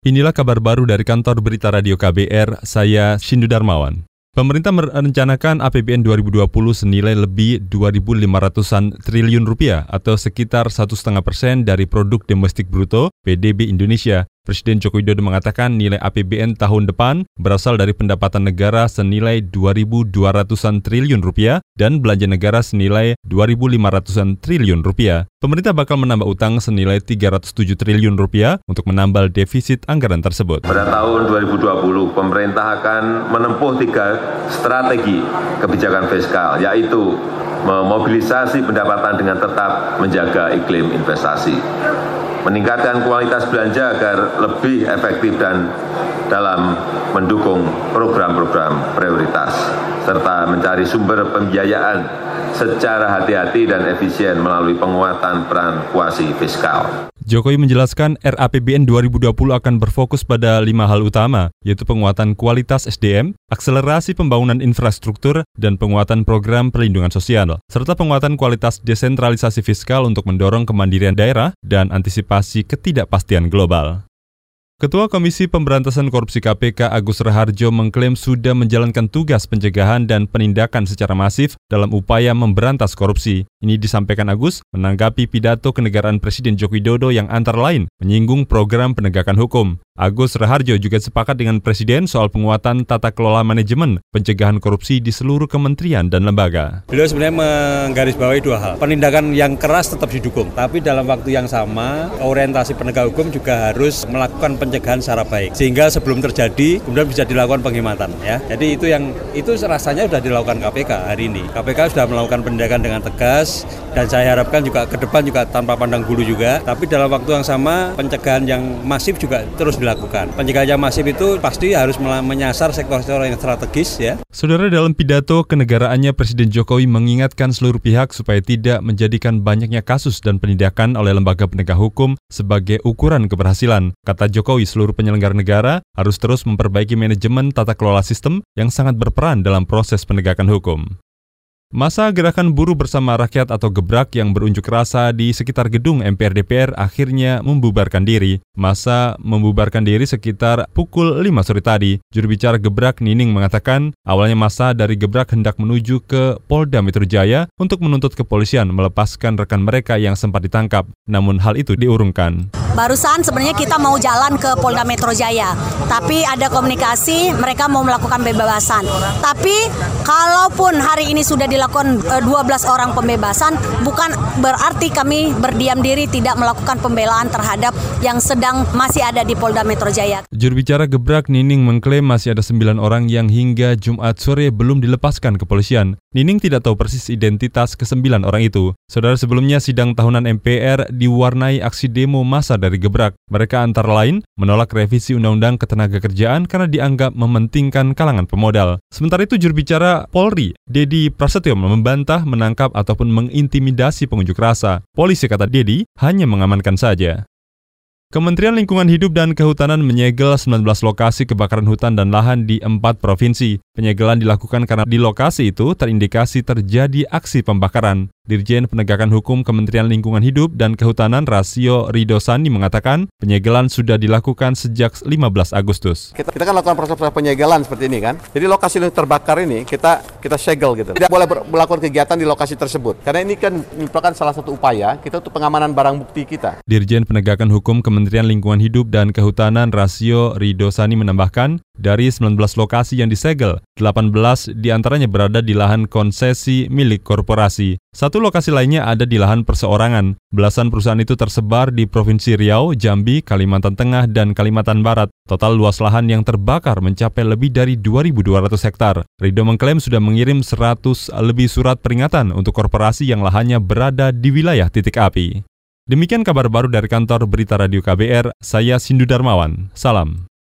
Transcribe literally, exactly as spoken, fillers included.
Inilah kabar baru dari kantor berita radio K B R, saya Shindu Darmawan. Pemerintah merencanakan A P B N dua ribu dua puluh senilai lebih dua ribu lima ratusan triliun rupiah atau sekitar satu koma lima persen dari produk domestik bruto P D B Indonesia. Presiden Joko Widodo mengatakan nilai A P B N tahun depan berasal dari pendapatan negara senilai dua ribu dua ratusan triliun rupiah dan belanja negara senilai dua ribu lima ratusan triliun rupiah. Pemerintah bakal menambah utang senilai tiga ratus tujuh triliun rupiah untuk menambal defisit anggaran tersebut. Pada tahun dua ribu dua puluh, pemerintah akan menempuh tiga strategi kebijakan fiskal, yaitu memobilisasi pendapatan dengan tetap menjaga iklim investasi, meningkatkan kualitas belanja agar lebih efektif dan dalam mendukung program-program prioritas, serta mencari sumber pembiayaan secara hati-hati dan efisien melalui penguatan peran kuasi fiskal. Jokowi menjelaskan R A P B N dua ribu dua puluh akan berfokus pada lima hal utama, yaitu penguatan kualitas S D M, akselerasi pembangunan infrastruktur, dan penguatan program perlindungan sosial, serta penguatan kualitas desentralisasi fiskal untuk mendorong kemandirian daerah dan antisipasi ketidakpastian global. Ketua Komisi Pemberantasan Korupsi K P K Agus Raharjo mengklaim sudah menjalankan tugas pencegahan dan penindakan secara masif dalam upaya memberantas korupsi. Ini disampaikan Agus menanggapi pidato kenegaraan Presiden Joko Widodo yang antara lain menyinggung program penegakan hukum. Agus Raharjo juga sepakat dengan Presiden soal penguatan tata kelola manajemen pencegahan korupsi di seluruh kementerian dan lembaga. Beliau sebenarnya menggarisbawahi dua hal. Penindakan yang keras tetap didukung, tapi dalam waktu yang sama orientasi penegak hukum juga harus melakukan pencegahan secara baik. Sehingga sebelum terjadi kemudian bisa dilakukan penghematan ya. Jadi itu yang itu rasanya sudah dilakukan K P K hari ini. K P K sudah melakukan penindakan dengan tegas dan saya harapkan juga ke depan juga tanpa pandang bulu juga. Tapi dalam waktu yang sama pencegahan yang masif juga terus dilakukan. Lakukan. Pencegahan yang masif itu pasti harus menyasar sektor-sektor yang strategis ya. Saudara, dalam pidato kenegaraannya Presiden Jokowi mengingatkan seluruh pihak supaya tidak menjadikan banyaknya kasus dan penindakan oleh lembaga penegak hukum sebagai ukuran keberhasilan. Kata Jokowi, seluruh penyelenggara negara harus terus memperbaiki manajemen tata kelola sistem yang sangat berperan dalam proses penegakan hukum. Masa Gerakan Buruh Bersama Rakyat atau Gebrak yang berunjuk rasa di sekitar gedung M P R D P R akhirnya membubarkan diri. Masa membubarkan diri sekitar pukul lima sore tadi. Juru bicara Gebrak Nining mengatakan awalnya masa dari Gebrak hendak menuju ke Polda Metro Jaya untuk menuntut kepolisian melepaskan rekan mereka yang sempat ditangkap. Namun hal itu diurungkan. Barusan sebenarnya kita mau jalan ke Polda Metro Jaya, tapi ada komunikasi mereka mau melakukan pembebasan. Tapi kalaupun hari ini sudah dilakukan dua belas orang pembebasan, bukan berarti kami berdiam diri tidak melakukan pembelaan terhadap yang sedang masih ada di Polda Metro Jaya. Juru bicara Gebrak Nining mengklaim masih ada sembilan orang yang hingga Jumat sore belum dilepaskan kepolisian. Nining tidak tahu persis identitas kesembilan orang itu. Saudara, sebelumnya sidang tahunan M P R diwarnai aksi demo massa dari Gebrak. Mereka antara lain menolak revisi Undang-Undang Ketenagakerjaan karena dianggap mementingkan kalangan pemodal. Sementara itu juru bicara Polri, Dedi Prasetyo, membantah menangkap ataupun mengintimidasi pengunjuk rasa. Polisi, kata Dedi, hanya mengamankan saja. Kementerian Lingkungan Hidup dan Kehutanan menyegel sembilan belas lokasi kebakaran hutan dan lahan di empat provinsi. Penyegelan dilakukan karena di lokasi itu terindikasi terjadi aksi pembakaran. Dirjen Penegakan Hukum Kementerian Lingkungan Hidup dan Kehutanan Rasio Ridosani mengatakan penyegelan sudah dilakukan sejak lima belas Agustus. Kita, kita kan lakukan proses-proses penyegelan seperti ini kan. Jadi lokasi yang terbakar ini kita kita segel gitu. Tidak boleh ber, melakukan kegiatan di lokasi tersebut. Karena ini kan merupakan salah satu upaya kita untuk pengamanan barang bukti kita. Dirjen Penegakan Hukum Kementerian Lingkungan Hidup dan Kehutanan Rasio Ridosani menambahkan, dari sembilan belas lokasi yang disegel, delapan belas diantaranya berada di lahan konsesi milik korporasi. Satu lokasi lainnya ada di lahan perseorangan. Belasan perusahaan itu tersebar di Provinsi Riau, Jambi, Kalimantan Tengah, dan Kalimantan Barat. Total luas lahan yang terbakar mencapai lebih dari dua ribu dua ratus hektar. Rido mengklaim sudah mengirim seratus lebih surat peringatan untuk korporasi yang lahannya berada di wilayah titik api. Demikian kabar baru dari kantor berita radio K B R, saya Shindu Darmawan. Salam.